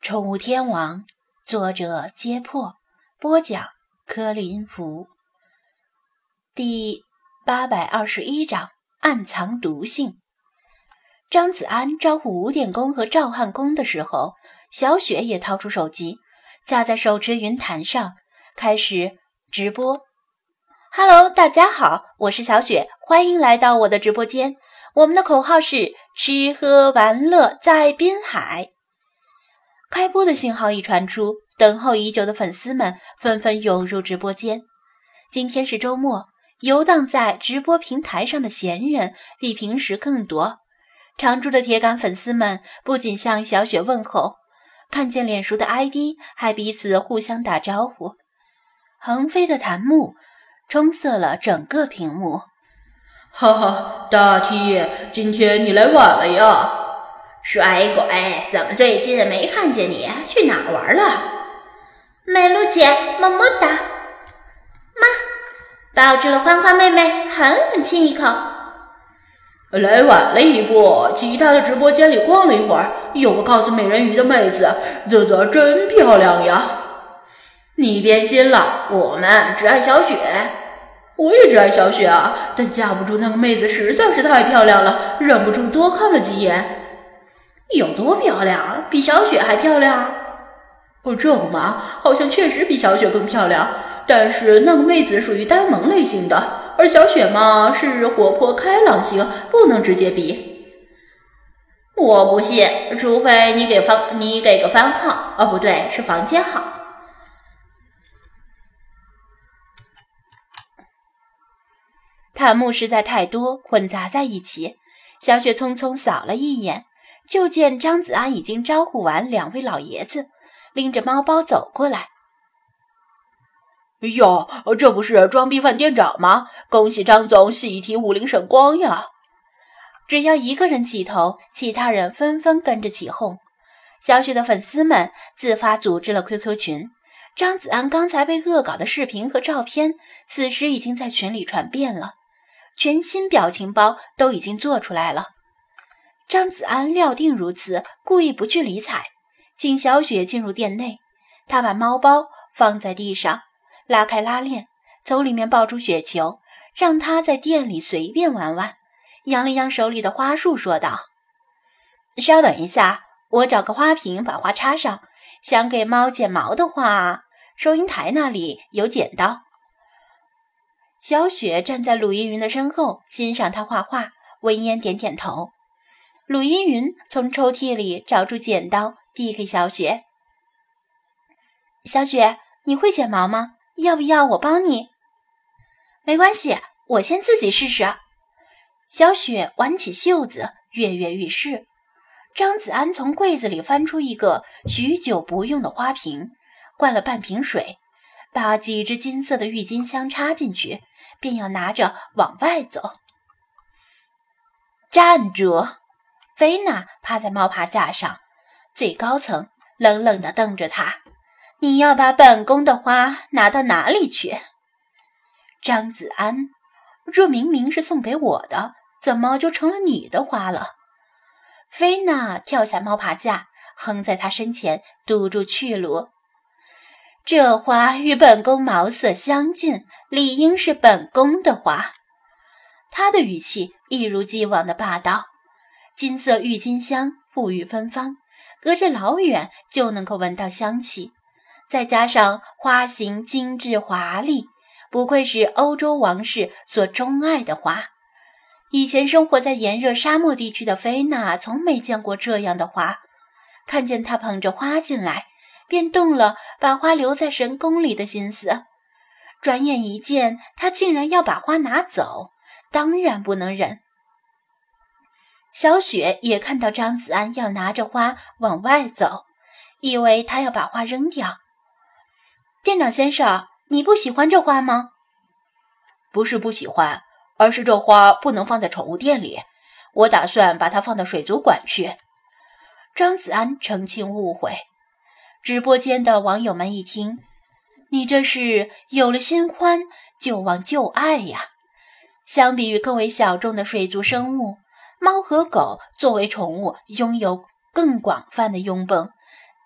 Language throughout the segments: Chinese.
宠物天王，作者揭破，播讲柯林福。第821章暗藏毒性。张子安招呼吴电工和赵汉公的时候，小雪也掏出手机，架在手持云坛上，开始直播。Hello， 大家好，我是小雪，欢迎来到我的直播间。我们的口号是吃喝玩乐在滨海。开播的信号一传出，等候已久的粉丝们纷纷涌入直播间。今天是周末，游荡在直播平台上的闲人比平时更多。常驻的铁杆粉丝们不仅向小雪问候，看见脸熟的 ID 还彼此互相打招呼。横飞的弹幕充塞了整个屏幕。 哈哈，大 T， 今天你来晚了呀。 帅鬼，怎么最近没看见你？去哪儿玩了？美露姐，么么哒。妈，抱住了欢欢妹妹，狠狠亲一口。 来晚了一步，其他的直播间里逛了一会儿，有个 cos 美人鱼的妹子，啧真漂亮呀。 你变心了，我们只爱小雪。 我也只爱小雪啊，但架不住那个妹子实在是太漂亮了，忍不住多看了几眼。 有多漂亮？比小雪还漂亮？ 这个嘛，好像确实比小雪更漂亮，但是那个妹子属于呆萌类型的，而小雪嘛是活泼开朗型，不能直接比。 我不信，除非你给个番号，不对，是房间号。 弹幕实在太多，混杂在一起。小雪匆匆扫了一眼，就见张子安已经招呼完两位老爷子，拎着猫包走过来。 哟，这不是装逼犯店长吗？恭喜张总喜提武林神光呀！ 只要一个人起头，其他人纷纷跟着起哄。小雪的粉丝们自发组织了 QQ 群，张子安刚才被恶搞的视频和照片，此时已经在群里传遍了。全新表情包都已经做出来了。张子安料定如此，故意不去理睬，请小雪进入店内。他把猫包放在地上，拉开拉链，从里面抱出雪球，让她在店里随便玩玩，扬了扬手里的花束，说道：稍等一下，我找个花瓶把花插上，想给猫剪毛的话，收银台那里有剪刀。小雪站在鲁依云的身后，欣赏她画画，闻言点点头。鲁依云从抽屉里找出剪刀，递给小雪。小雪，你会剪毛吗？要不要我帮你？没关系，我先自己试试。小雪挽起袖子，跃跃欲试。张子安从柜子里翻出一个许久不用的花瓶，灌了半瓶水，把几只金色的郁金香插进去，便要拿着往外走。站住！菲娜趴在猫爬架上，最高层冷冷地瞪着他。你要把本宫的花拿到哪里去？张子安，这明明是送给我的，怎么就成了你的花了？菲娜跳下猫爬架，横在他身前堵住去路。这花与本宫毛色相近，理应是本宫的花。他的语气一如既往的霸道。金色郁金香馥郁芬芳，隔着老远就能够闻到香气，再加上花型精致华丽，不愧是欧洲王室所钟爱的花。以前生活在炎热沙漠地区的菲娜从没见过这样的花，看见他捧着花进来，便动了把花留在神宫里的心思。转眼一见他竟然要把花拿走，当然不能忍。小雪也看到张子安要拿着花往外走，以为他要把花扔掉。店长先生，你不喜欢这花吗？ 不是不喜欢，而是这花不能放在宠物店里，我打算把它放到水族馆去。 张子安澄清误会。直播间的网友们一听，你这是有了新欢就忘旧爱呀。相比于更为小众的水族生物，猫和狗作为宠物拥有更广泛的拥趸，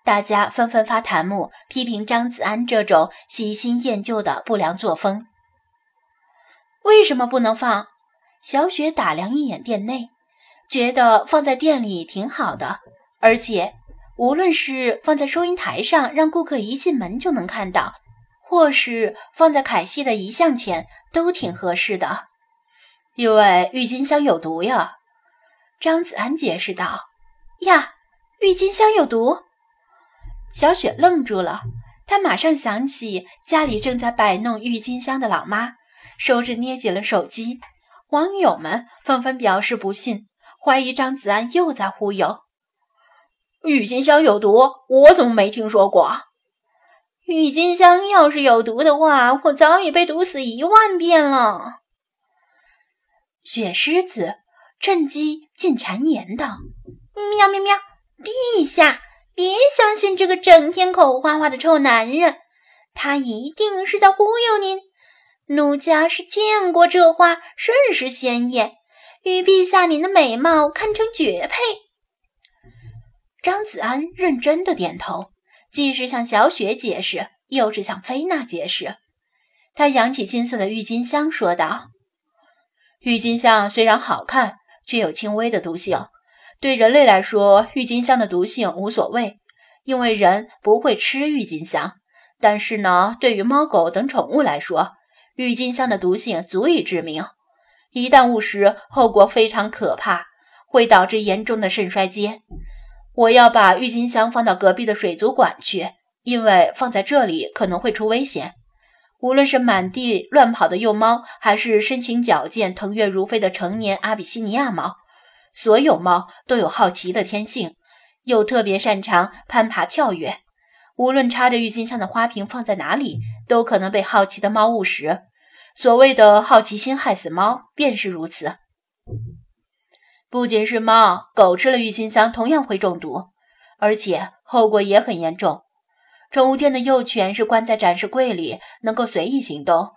大家纷纷发弹幕批评张子安这种喜新厌旧的不良作风。为什么不能放？小雪打量一眼店内，觉得放在店里挺好的，而且无论是放在收银台上让顾客一进门就能看到，或是放在凯西的遗像前都挺合适的。因为郁金香有毒呀，张子安解释道。呀，郁金香有毒？小雪愣住了，她马上想起家里正在摆弄郁金香的老妈，手指捏紧了手机。网友们纷纷表示不信，怀疑张子安又在忽悠。郁金香有毒？我怎么没听说过？郁金香要是有毒的话，我早已被毒死10000遍了。雪狮子趁机进谗言道： 喵喵喵，陛下，别相信这个整天口花花的臭男人，他一定是在忽悠您。奴家是见过这花，甚是鲜艳，与陛下您的美貌堪称绝配。 张子安认真的点头，既是向小雪解释，又是向菲娜解释。他扬起金色的郁金香说道：郁金香虽然好看，却有轻微的毒性。对人类来说，郁金香的毒性无所谓，因为人不会吃郁金香。但是呢，对于猫狗等宠物来说，郁金香的毒性足以致命。一旦误食，后果非常可怕，会导致严重的肾衰竭。我要把郁金香放到隔壁的水族馆去，因为放在这里可能会出危险。无论是满地乱跑的幼猫，还是身形矫健、腾跃如飞的成年阿比西尼亚猫，所有猫都有好奇的天性，又特别擅长攀爬跳跃。无论插着郁金香的花瓶放在哪里，都可能被好奇的猫误食。所谓的好奇心害死猫，便是如此。不仅是猫，狗吃了郁金香同样会中毒，而且后果也很严重。宠物店的幼犬是关在展示柜里，能够随意行动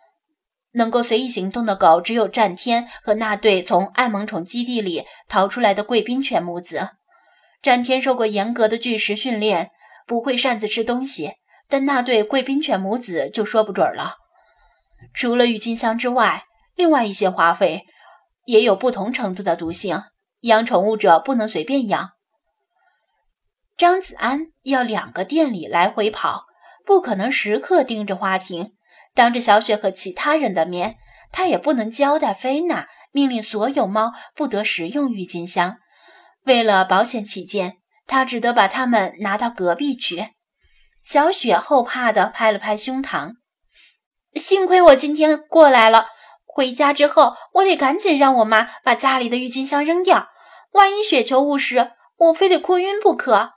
的狗只有战天和那对从爱萌宠基地里逃出来的贵宾犬母子。战天受过严格的拒食训练，不会擅自吃东西，但那对贵宾犬母子就说不准了。除了郁金香之外，另外一些花卉也有不同程度的毒性，养宠物者不能随便养。张子安要2个店里来回跑，不可能时刻盯着花瓶，当着小雪和其他人的面，他也不能交代菲娜命令所有猫不得食用郁金香。为了保险起见，他只得把它们拿到隔壁去。小雪后怕地拍了拍胸膛，幸亏我今天过来了，回家之后我得赶紧让我妈把家里的郁金香扔掉，万一雪球误食，我非得哭晕不可。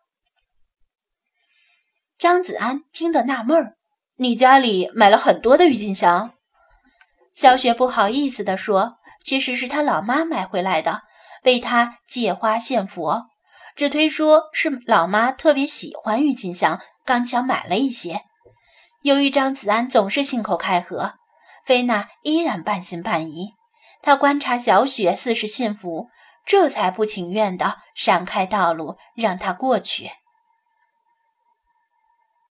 张子安听得纳闷儿，你家里买了很多的郁金香？小雪不好意思地说，其实是她老妈买回来的，为她借花献佛，只推说是老妈特别喜欢郁金香，刚巧买了一些。由于张子安总是信口开河，菲娜依然半信半疑。她观察小雪似是信服，这才不情愿地闪开道路，让她过去。